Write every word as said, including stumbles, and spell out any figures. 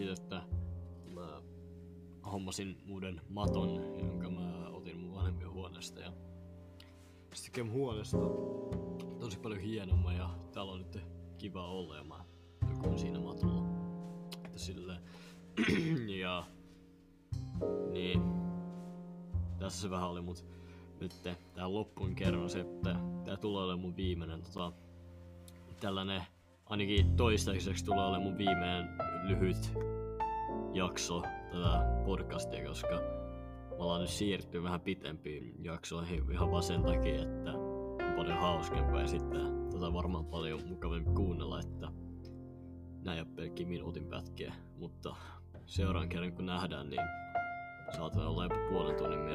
siitä, että mä hommasin uuden maton, jonka mä otin mun vanhempien huoneesta. Ja sitten käyn huoneesta tosi paljon hienomman ja täällä on nyt kiva olla ja mä nukun siinä matolla. Että silleen. Ja niin. Tässä se vähän oli, mut nyt tää loppuun kerron se, että tää tulee olemaan mun viimeinen tota, tällainen, ainakin toistaiseksi tulee olemaan mun viimeinen lyhyt jakso tätä podcastia, koska me ollaan nyt siirtynyt vähän pitempiin jaksoihin ihan vaan sen takia, että on paljon hauskempaa ja sitten tota varmaan paljon mukavampi kuunnella, että näin on pelkkiä minuutin pätkiä, mutta seuraavan kerran kun nähdään, niin saatan olla jopa puolen tunnin